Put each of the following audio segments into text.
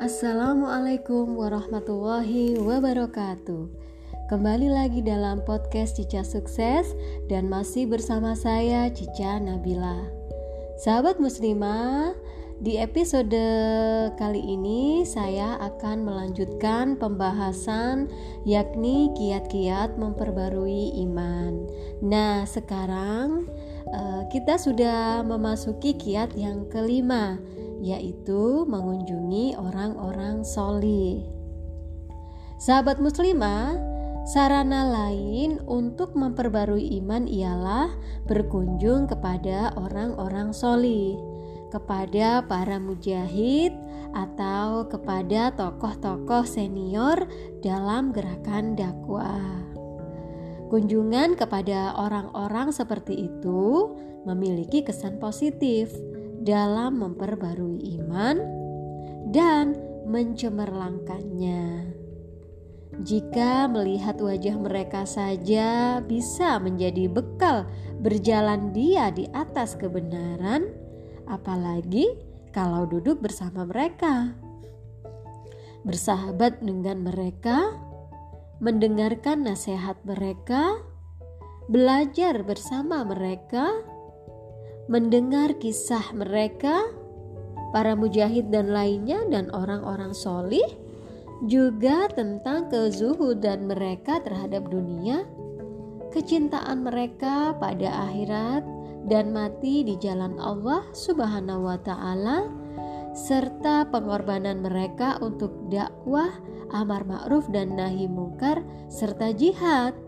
Assalamualaikum warahmatullahi wabarakatuh. Kembali lagi dalam podcast Cica Sukses dan masih bersama saya Cica Nabila. Sahabat muslimah, di episode kali ini saya akan melanjutkan pembahasan yakni kiat-kiat memperbarui iman. Nah, sekarang kita sudah memasuki kiat yang kelima, yaitu mengunjungi orang-orang solih. Sahabat muslimah, sarana lain untuk memperbarui iman ialah berkunjung kepada orang-orang solih, kepada para mujahid atau kepada tokoh-tokoh senior dalam gerakan dakwah. Kunjungan kepada orang-orang seperti itu memiliki kesan positif dalam memperbarui iman dan mencemerlangkannya. Jika melihat wajah mereka saja bisa menjadi bekal berjalan dia di atas kebenaran, apalagi kalau duduk bersama mereka, bersahabat dengan mereka, mendengarkan nasihat mereka, belajar bersama mereka, mendengar kisah mereka, para mujahid dan lainnya dan orang-orang solih, juga tentang kezuhudan mereka terhadap dunia, kecintaan mereka pada akhirat dan mati di jalan Allah Subhanahu wa Ta'ala, serta pengorbanan mereka untuk dakwah, amar ma'ruf dan nahi mungkar, serta jihad.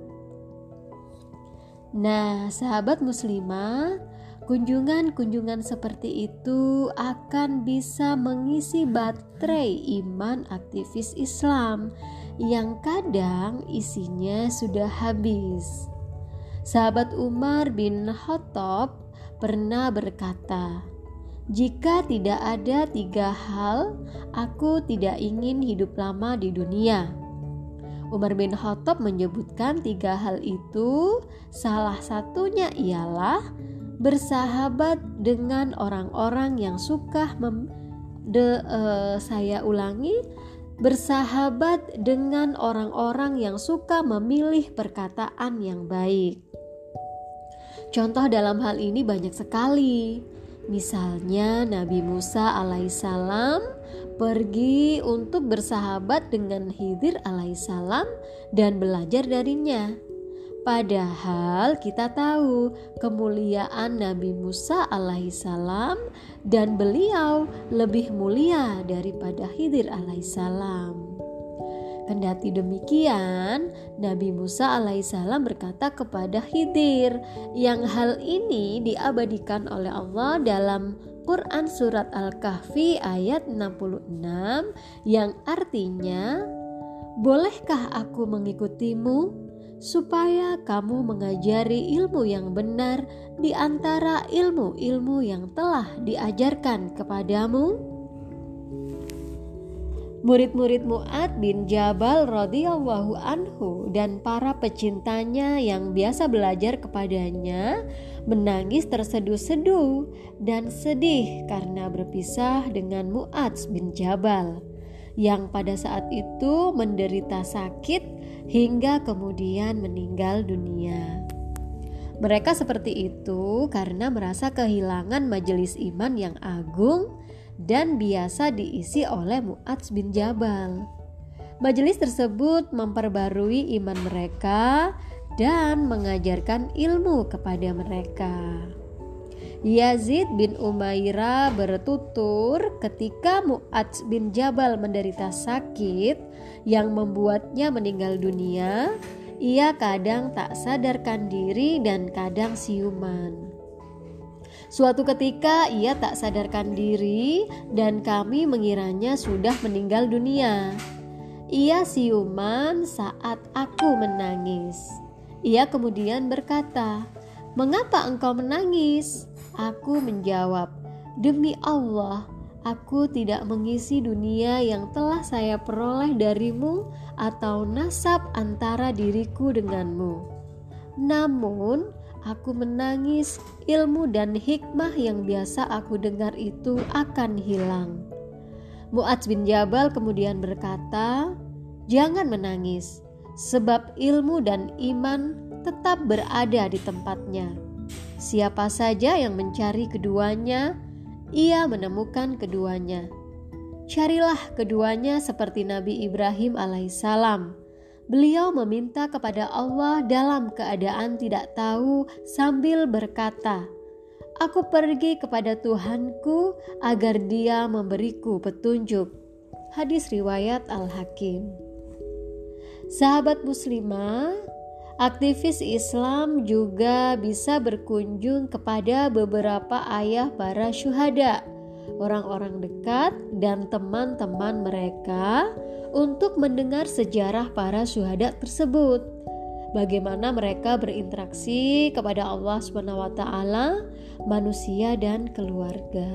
Nah, sahabat muslimah, kunjungan-kunjungan seperti itu akan bisa mengisi baterai iman aktivis Islam yang kadang isinya sudah habis. Sahabat Umar bin Khattab pernah berkata, "Jika tidak ada 3 hal, aku tidak ingin hidup lama di dunia." Umar bin Khattab menyebutkan 3 hal itu, salah satunya ialah bersahabat dengan orang-orang yang suka bersahabat dengan orang-orang yang suka memilih perkataan yang baik. Contoh dalam hal ini banyak sekali. Misalnya Nabi Musa alaihissalam pergi untuk bersahabat dengan Khidir alaihissalam dan belajar darinya. Padahal kita tahu kemuliaan Nabi Musa alaihissalam dan beliau lebih mulia daripada Khidir alaihissalam. Kendati demikian, Nabi Musa alaihissalam berkata kepada Khidir, yang hal ini diabadikan oleh Allah dalam Quran surat Al-Kahfi ayat 66 yang artinya, "Bolehkah aku mengikutimu supaya kamu mengajari ilmu yang benar di antara ilmu-ilmu yang telah diajarkan kepadamu?" Murid-murid Mu'ad bin Jabal radhiyallahu anhu dan para pecintanya yang biasa belajar kepadanya menangis terseduh-seduh dan sedih karena berpisah dengan Mu'ad bin Jabal yang pada saat itu menderita sakit hingga kemudian meninggal dunia. Mereka seperti itu karena merasa kehilangan majelis iman yang agung dan biasa diisi oleh Mu'adz bin Jabal. Majelis tersebut memperbarui iman mereka dan mengajarkan ilmu kepada mereka. Yazid bin Umairah bertutur ketika Mu'adz bin Jabal menderita sakit yang membuatnya meninggal dunia, ia kadang tak sadarkan diri dan kadang siuman. Suatu ketika ia tak sadarkan diri dan kami mengiranya sudah meninggal dunia. Ia siuman saat aku menangis. Ia kemudian berkata, "Mengapa engkau menangis?" Aku menjawab, "Demi Allah, aku tidak mengisi dunia yang telah saya peroleh darimu atau nasab antara diriku denganmu. Namun aku menangis, ilmu dan hikmah yang biasa aku dengar itu akan hilang. Mu'adz bin Jabal kemudian berkata, "Jangan menangis, sebab ilmu dan iman tetap berada di tempatnya. Siapa saja yang mencari keduanya, ia menemukan keduanya. Carilah keduanya seperti Nabi Ibrahim alaihissalam. Beliau meminta kepada Allah dalam keadaan tidak tahu sambil berkata, 'Aku pergi kepada Tuhanku agar Dia memberiku petunjuk.'" Hadis riwayat Al-Hakim. Sahabat muslimah, aktivis Islam juga bisa berkunjung kepada beberapa ayah para syuhada, orang-orang dekat dan teman-teman mereka untuk mendengar sejarah para syuhada tersebut. Bagaimana mereka berinteraksi kepada Allah SWT, manusia dan keluarga.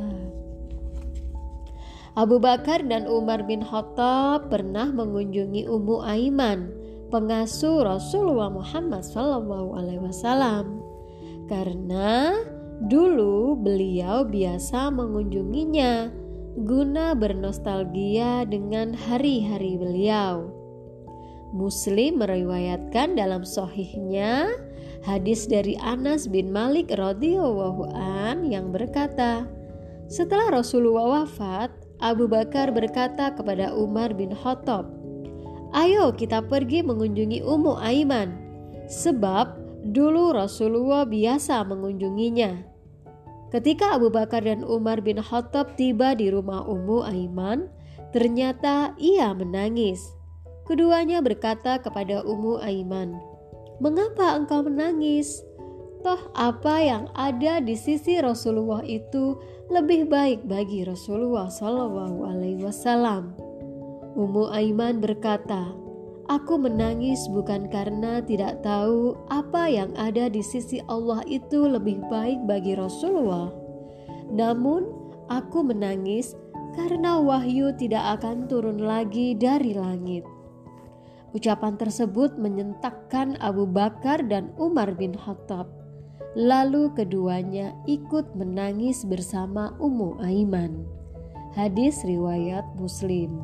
Abu Bakar dan Umar bin Khattab pernah mengunjungi Ummu Aiman, pengasuh Rasulullah Muhammad SAW, karena dulu beliau biasa mengunjunginya guna bernostalgia dengan hari-hari beliau. Muslim meriwayatkan dalam sahihnya hadis dari Anas bin Malik radhiyallahu an yang berkata, setelah Rasulullah wafat, Abu Bakar berkata kepada Umar bin Khattab, "Ayo kita pergi mengunjungi Ummu Aiman, sebab dulu Rasulullah biasa mengunjunginya." Ketika Abu Bakar dan Umar bin Khattab tiba di rumah Ummu Aiman, ternyata ia menangis. Keduanya berkata kepada Ummu Aiman, "Mengapa engkau menangis? Toh apa yang ada di sisi Rasulullah itu lebih baik bagi Rasulullah SAW." Ummu Aiman berkata, "Aku menangis bukan karena tidak tahu apa yang ada di sisi Allah itu lebih baik bagi Rasulullah. Namun aku menangis karena wahyu tidak akan turun lagi dari langit." Ucapan tersebut menyentakkan Abu Bakar dan Umar bin Khattab. Lalu keduanya ikut menangis bersama Ummu Aiman. Hadis riwayat Muslim.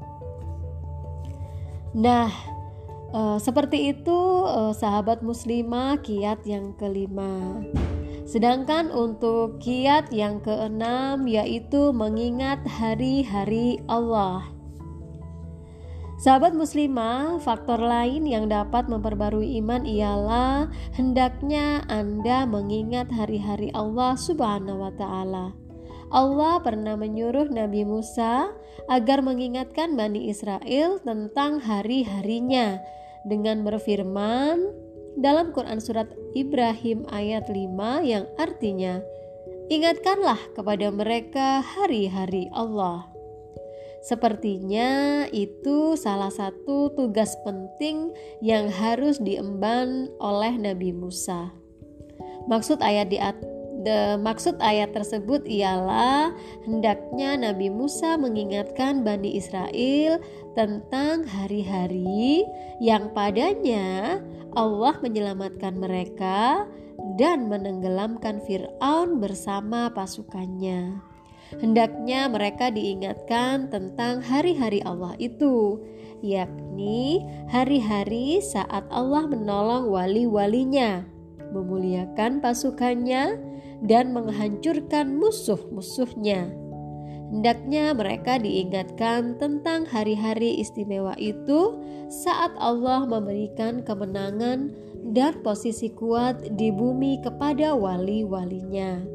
Nah, seperti itu sahabat muslimah kiat yang kelima. Sedangkan untuk kiat yang keenam yaitu mengingat hari-hari Allah. Sahabat muslimah, faktor lain yang dapat memperbarui iman ialah hendaknya Anda mengingat hari-hari Allah Subhanahu wa Ta'ala. Allah pernah menyuruh Nabi Musa agar mengingatkan Bani Israel tentang hari-harinya dengan berfirman dalam Quran surat Ibrahim ayat 5 yang artinya, "Ingatkanlah kepada mereka hari-hari Allah." Sepertinya itu salah satu tugas penting yang harus diemban oleh Nabi Musa. Maksud ayat tersebut ialah hendaknya Nabi Musa mengingatkan Bani Israel tentang hari-hari yang padanya Allah menyelamatkan mereka dan menenggelamkan Fir'aun bersama pasukannya. Hendaknya mereka diingatkan tentang hari-hari Allah itu, yakni hari-hari saat Allah menolong wali-walinya, memuliakan pasukannya, dan menghancurkan musuh-musuhnya. Hendaknya mereka diingatkan tentang hari-hari istimewa itu saat Allah memberikan kemenangan dan posisi kuat di bumi kepada wali-walinya.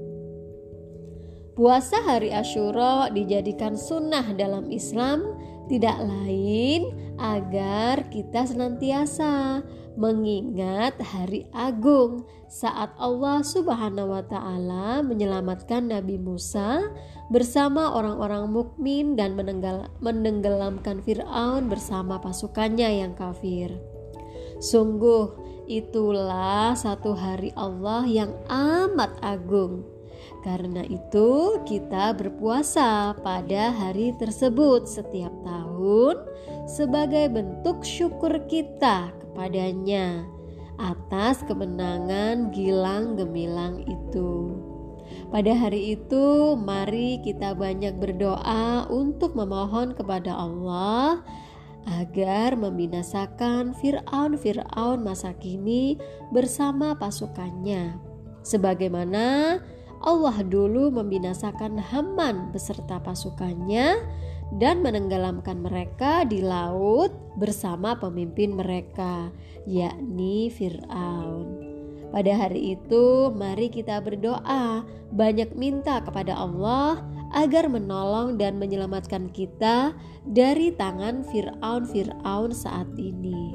Puasa hari Asyura dijadikan sunnah dalam Islam tidak lain agar kita senantiasa mengingat hari agung saat Allah Subhanahu wa Ta'ala menyelamatkan Nabi Musa bersama orang-orang mukmin dan menenggelamkan Fir'aun bersama pasukannya yang kafir. Sungguh itulah satu hari Allah yang amat agung. Karena itu kita berpuasa pada hari tersebut setiap tahun sebagai bentuk syukur kita kepadanya atas kemenangan gilang gemilang itu. Pada hari itu, mari kita banyak berdoa untuk memohon kepada Allah agar membinasakan Fir'aun masa kini bersama pasukannya, sebagaimana Allah dulu membinasakan Haman beserta pasukannya dan menenggelamkan mereka di laut bersama pemimpin mereka, yakni Fir'aun. Pada hari itu, mari kita berdoa, banyak minta kepada Allah agar menolong dan menyelamatkan kita dari tangan Fir'aun saat ini,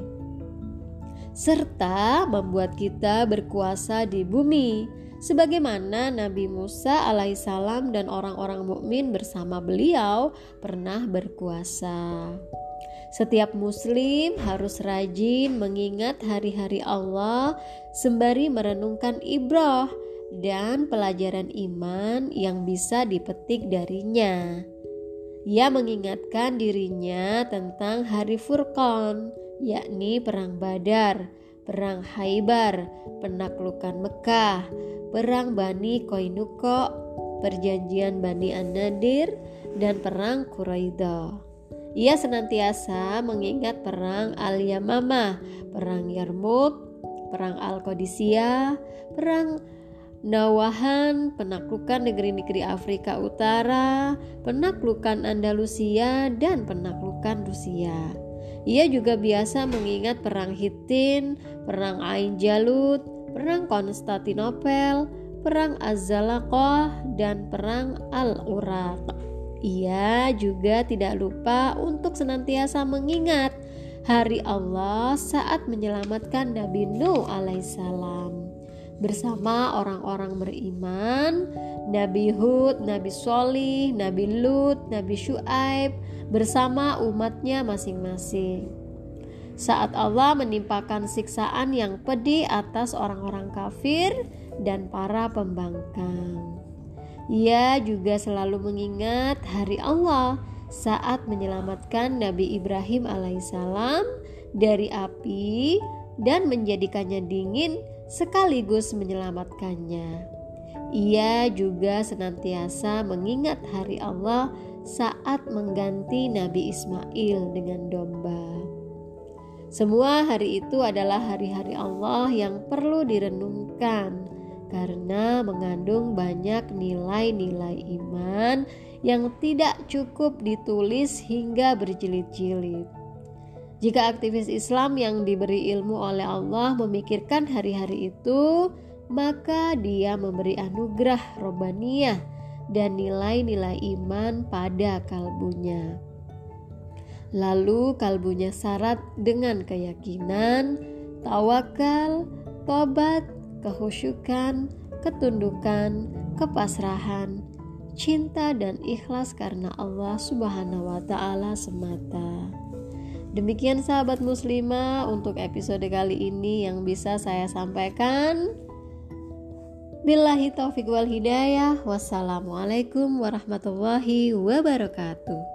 serta membuat kita berkuasa di bumi, sebagaimana Nabi Musa alaihissalam dan orang-orang mukmin bersama beliau pernah berkuasa. Setiap muslim harus rajin mengingat hari-hari Allah sembari merenungkan ibrah dan pelajaran iman yang bisa dipetik darinya. Ia mengingatkan dirinya tentang hari Furqan, yakni perang Badar, perang Khaybar, penaklukan Mekah, perang Bani Qainuqa, perjanjian Bani An-Nadir, dan perang Quraidah. Ia senantiasa mengingat perang Al-Yamamah, perang Yarmouk, perang Al-Qadisiyah, perang Nawahan, penaklukan negeri-negeri Afrika Utara, penaklukan Andalusia, dan penaklukan Rusia. Ia juga biasa mengingat perang Hittin, perang Ain Jalut, perang Konstantinopel, perang Az-Zalaqah, dan perang Al-Uraq. Ia juga tidak lupa untuk senantiasa mengingat hari Allah saat menyelamatkan Nabi Nuh alaihissalam bersama orang-orang beriman, Nabi Hud, Nabi Sholih, Nabi Lut, Nabi Syuaib bersama umatnya masing-masing. Saat Allah menimpakan siksaan yang pedih atas orang-orang kafir dan para pembangkang. Ia juga selalu mengingat hari Allah saat menyelamatkan Nabi Ibrahim alaihissalam dari api dan menjadikannya dingin sekaligus menyelamatkannya. Ia juga senantiasa mengingat hari Allah saat mengganti Nabi Ismail dengan domba. Semua hari itu adalah hari-hari Allah yang perlu direnungkan karena mengandung banyak nilai-nilai iman yang tidak cukup ditulis hingga berjilid-jilid. Jika aktivis Islam yang diberi ilmu oleh Allah memikirkan hari-hari itu, maka dia memberi anugerah Robbaniyah dan nilai-nilai iman pada kalbunya. Lalu kalbunya syarat dengan keyakinan, tawakal, tobat, kehusyukan, ketundukan, kepasrahan, cinta dan ikhlas karena Allah Subhanahu wa taala semata. Demikian sahabat muslimah untuk episode kali ini yang bisa saya sampaikan. Billahi taufiq wal hidayah. Wassalamualaikum warahmatullahi wabarakatuh.